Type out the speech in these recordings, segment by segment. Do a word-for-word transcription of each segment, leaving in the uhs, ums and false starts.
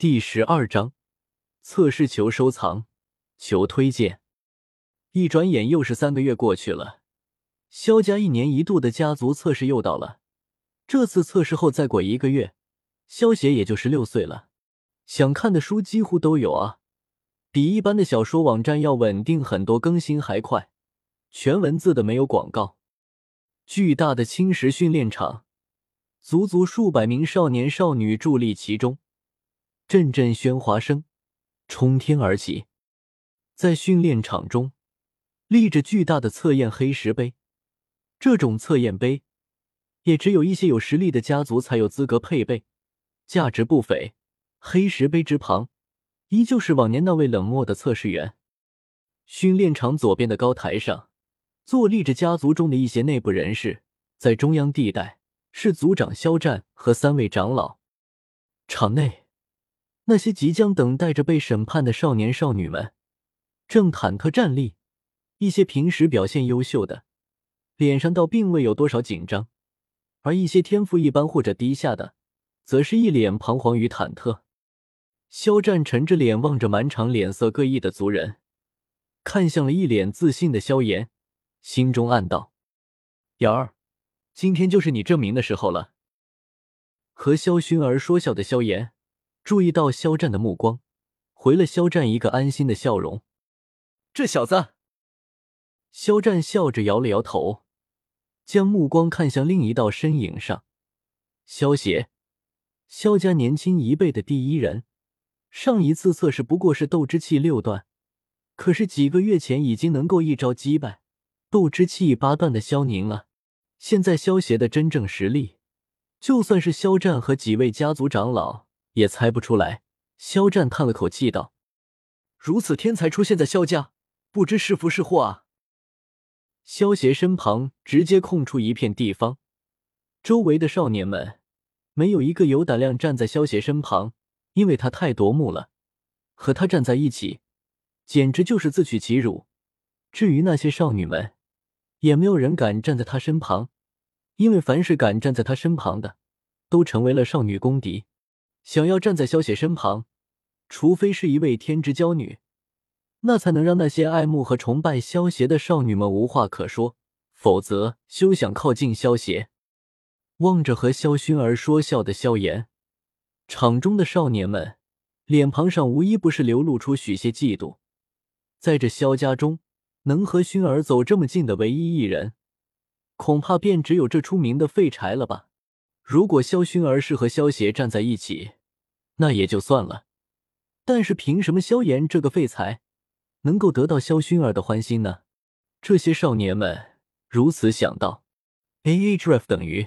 第十二章测试求收藏，求推荐。一转眼又是三个月过去了，萧家一年一度的家族测试又到了。这次测试后再过一个月，萧协也就十六岁了。想看的书几乎都有啊，比一般的小说网站要稳定很多，更新还快，全文字的，没有广告。巨大的青石训练场，足足数百名少年少女伫立其中，阵阵喧哗声冲天而起。在训练场中立着巨大的测验黑石碑，这种测验碑也只有一些有实力的家族才有资格配备，价值不菲。黑石碑之旁依旧是往年那位冷漠的测试员。训练场左边的高台上坐立着家族中的一些内部人士，在中央地带是族长萧战和三位长老。场内那些即将等待着被审判的少年少女们正忐忑站立，一些平时表现优秀的脸上倒并未有多少紧张，而一些天赋一般或者低下的则是一脸彷徨与忐忑。萧战沉着脸望着满场脸色各异的族人，看向了一脸自信的萧炎，心中暗道：瑶儿，今天就是你证明的时候了。和萧薰儿说笑的萧炎注意到萧战的目光，回了萧战一个安心的笑容。这小子。萧战笑着摇了摇头，将目光看向另一道身影上。萧协，萧家年轻一辈的第一人，上一次测试不过是斗之气六段，可是几个月前已经能够一招击败斗之气八段的萧宁了。现在萧协的真正实力，就算是萧战和几位家族长老也猜不出来。萧战叹了口气道：如此天才出现在萧家，不知是福是祸啊。萧协身旁直接空出一片地方，周围的少年们没有一个有胆量站在萧协身旁，因为他太夺目了，和他站在一起简直就是自取其辱。至于那些少女们，也没有人敢站在他身旁，因为凡是敢站在他身旁的都成为了少女公敌。想要站在萧协身旁，除非是一位天之娇女，那才能让那些爱慕和崇拜萧协的少女们无话可说，否则休想靠近萧协。望着和萧薰儿说笑的萧炎，场中的少年们脸庞上无一不是流露出许些嫉妒。在这萧家中，能和薰儿走这么近的唯一一人，恐怕便只有这出名的废柴了吧。如果萧薰儿是和萧协站在一起，那也就算了，但是凭什么萧炎这个废材能够得到萧薰儿的欢心呢？这些少年们如此想到。 ahref 等于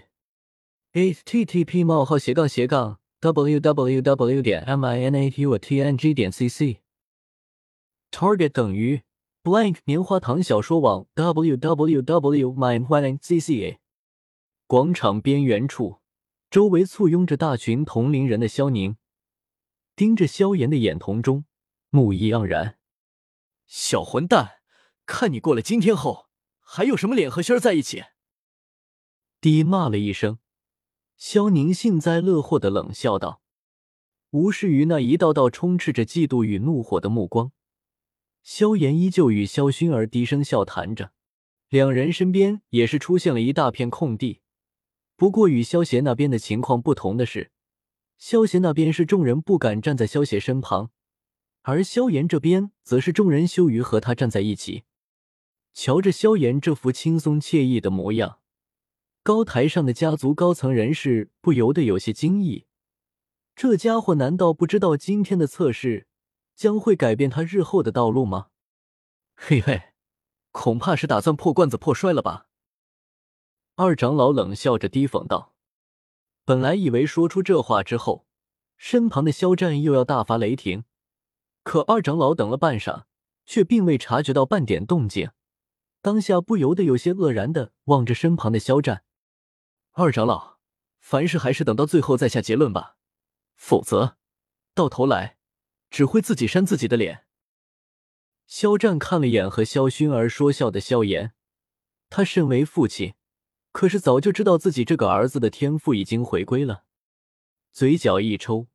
http 冒号斜杠斜杠 www 点 minatutng 点 cc target 等于 blank 棉花糖小说网 www 点 minecca 广场边缘处，周围簇拥着大群同龄人的萧宁盯着萧炎的眼瞳中目意盎然。小混蛋，看你过了今天后还有什么脸和薰儿在一起。低骂了一声，萧宁幸灾乐祸地冷笑道，无视于那一道道充斥着嫉妒与怒火的目光。萧炎依旧与萧薰儿低声笑谈着，两人身边也是出现了一大片空地。不过与萧协那边的情况不同的是，萧协那边是众人不敢站在萧协身旁，而萧炎这边则是众人羞于和他站在一起。瞧着萧炎这副轻松惬意的模样，高台上的家族高层人士不由得有些惊异，这家伙难道不知道今天的测试将会改变他日后的道路吗？嘿嘿，恐怕是打算破罐子破摔了吧。二长老冷笑着低讽道。本来以为说出这话之后，身旁的萧战又要大发雷霆，可二长老等了半晌，却并未察觉到半点动静，当下不由得有些愕然地望着身旁的萧战。二长老，凡事还是等到最后再下结论吧，否则到头来只会自己扇自己的脸。萧战看了眼和萧薰儿说笑的萧炎，他身为父亲，可是早就知道自己这个儿子的天赋已经回归了。嘴角一抽，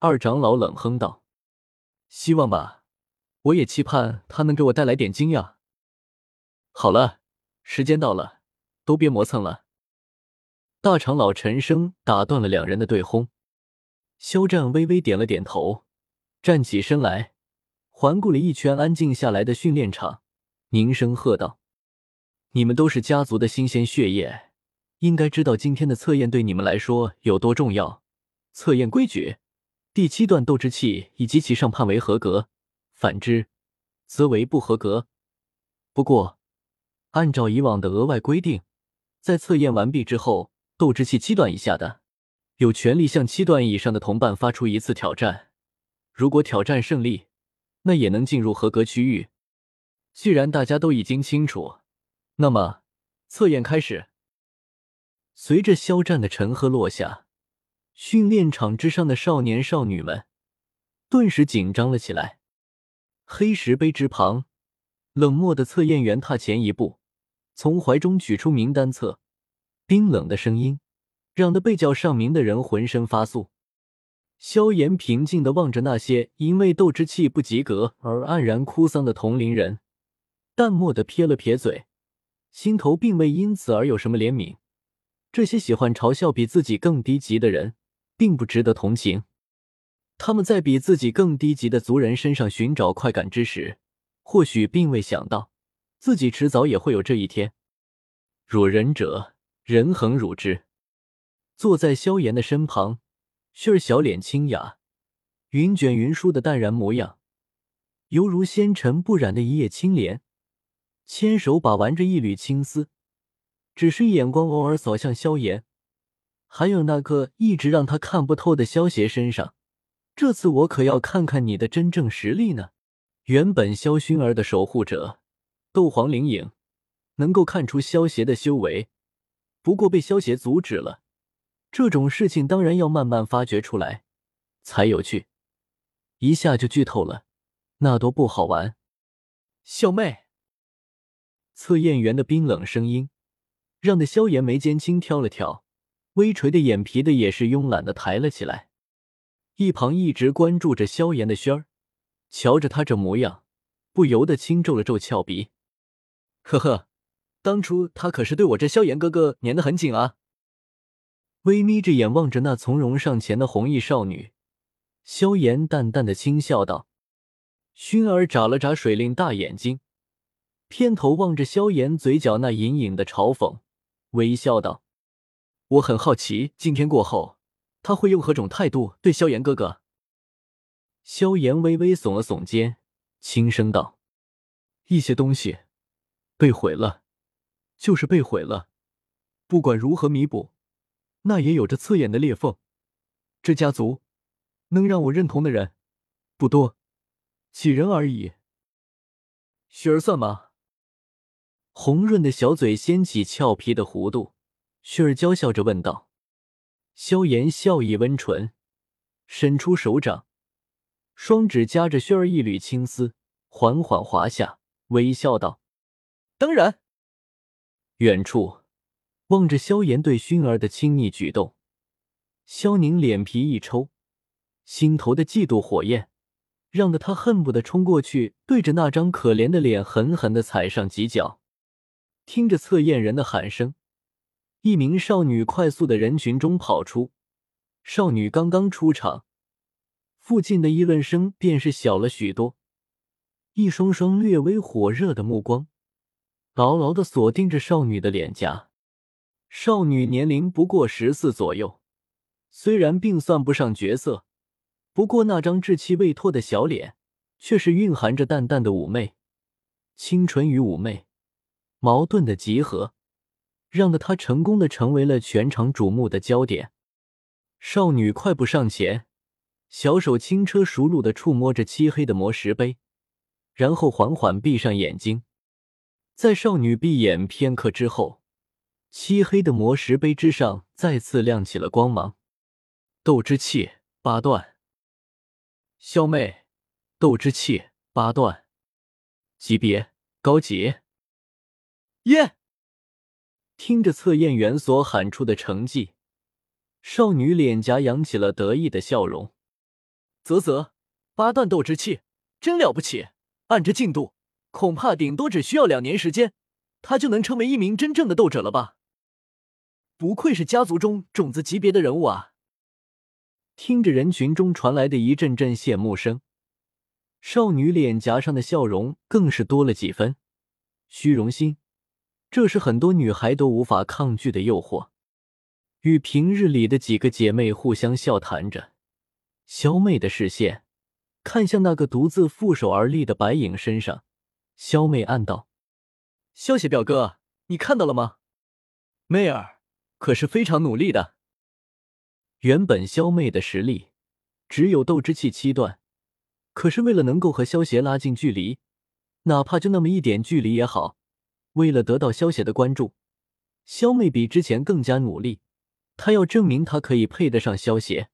二长老冷哼道：“希望吧，我也期盼他能给我带来点惊讶。”好了，时间到了，都别磨蹭了。大长老沉声打断了两人的对轰。肖战微微点了点头，站起身来，环顾了一圈安静下来的训练场，凝声喝道：“你们都是家族的新鲜血液，应该知道今天的测验对你们来说有多重要。测验规矩：第七段斗之气以及其上判为合格，反之则为不合格。不过按照以往的额外规定，在测验完毕之后，斗之气七段以下的有权利向七段以上的同伴发出一次挑战，如果挑战胜利，那也能进入合格区域。既然大家都已经清楚，那么测验开始。”随着肖战的沉喝落下，训练场之上的少年少女们顿时紧张了起来。黑石碑之旁，冷漠的测验员踏前一步，从怀中取出名单册，冰冷的声音让得被叫上名的人浑身发酥。萧炎平静地望着那些因为斗之气不及格而黯然哭丧的同龄人，淡漠地撇了撇嘴，心头并未因此而有什么怜悯。这些喜欢嘲笑比自己更低级的人，并不值得同情。他们在比自己更低级的族人身上寻找快感之时，或许并未想到，自己迟早也会有这一天。辱人者，人恒辱之。坐在萧炎的身旁，薰儿小脸清雅，云卷云舒的淡然模样，犹如纤尘不染的一叶青莲，牵手把玩着一缕青丝，只是眼光偶尔扫向萧炎，还有那个一直让他看不透的萧协身上。这次我可要看看你的真正实力呢。原本萧薰儿的守护者斗皇灵影能够看出萧协的修为，不过被萧协阻止了。这种事情当然要慢慢发掘出来才有趣，一下就剧透了，那多不好玩。小妹，测验员的冰冷声音让得萧炎眉间轻挑了挑，微垂的眼皮的也是慵懒的抬了起来。一旁一直关注着萧炎的轩儿瞧着他这模样，不由得轻皱了皱翘鼻。呵呵，当初他可是对我这萧炎哥哥粘得很紧啊。微眯着眼望着那从容上前的红衣少女，萧炎淡淡的轻笑道。薰儿眨了眨水灵大眼睛，偏头望着萧炎嘴角那隐隐的嘲讽，微笑道：我很好奇今天过后他会用何种态度对萧炎哥哥。萧炎微微耸了耸肩，轻声道：一些东西被毁了就是被毁了，不管如何弥补，那也有着刺眼的裂缝。这家族能让我认同的人不多，几人而已。薰儿算吗？红润的小嘴掀起俏皮的弧度，薰儿娇笑着问道。萧炎笑意温纯，伸出手掌，双指夹着薰儿一缕青丝，缓缓滑下，微笑道：当然。远处望着萧炎对薰儿的亲昵举动，萧宁脸皮一抽，心头的嫉妒火焰让得他恨不得冲过去，对着那张可怜的脸狠狠地踩上几脚。听着测验人的喊声，一名少女快速的人群中跑出。少女刚刚出场，附近的议论声便是小了许多，一双双略微火热的目光牢牢地锁定着少女的脸颊。少女年龄不过十四左右，虽然并算不上绝色，不过那张稚气未脱的小脸却是蕴含着淡淡的妩媚。清纯与妩媚矛盾的集合，让得她成功的成为了全场瞩目的焦点。少女快步上前，小手轻车熟路地触摸着漆黑的魔石碑，然后缓缓闭上眼睛。在少女闭眼片刻之后，漆黑的魔石碑之上再次亮起了光芒。斗之气八段。萧妹，斗之气八段，级别高级。耶！听着测验员所喊出的成绩，少女脸颊扬起了得意的笑容。 啧啧，八段斗之气，真了不起！按这进度，恐怕顶多只需要两年时间，他就能成为一名真正的斗者了吧？不愧是家族中种子级别的人物啊！听着人群中传来的一阵阵羡慕声，少女脸颊上的笑容更是多了几分。虚荣心，这是很多女孩都无法抗拒的诱惑。与平日里的几个姐妹互相笑谈着，萧妹的视线看向那个独自负手而立的白影身上，萧妹暗道：萧邪表哥，你看到了吗？妹儿可是非常努力的。原本萧妹的实力只有斗之气七段，可是为了能够和萧邪拉近距离，哪怕就那么一点距离也好，为了得到萧邪的关注，萧妹比之前更加努力，她要证明她可以配得上萧邪。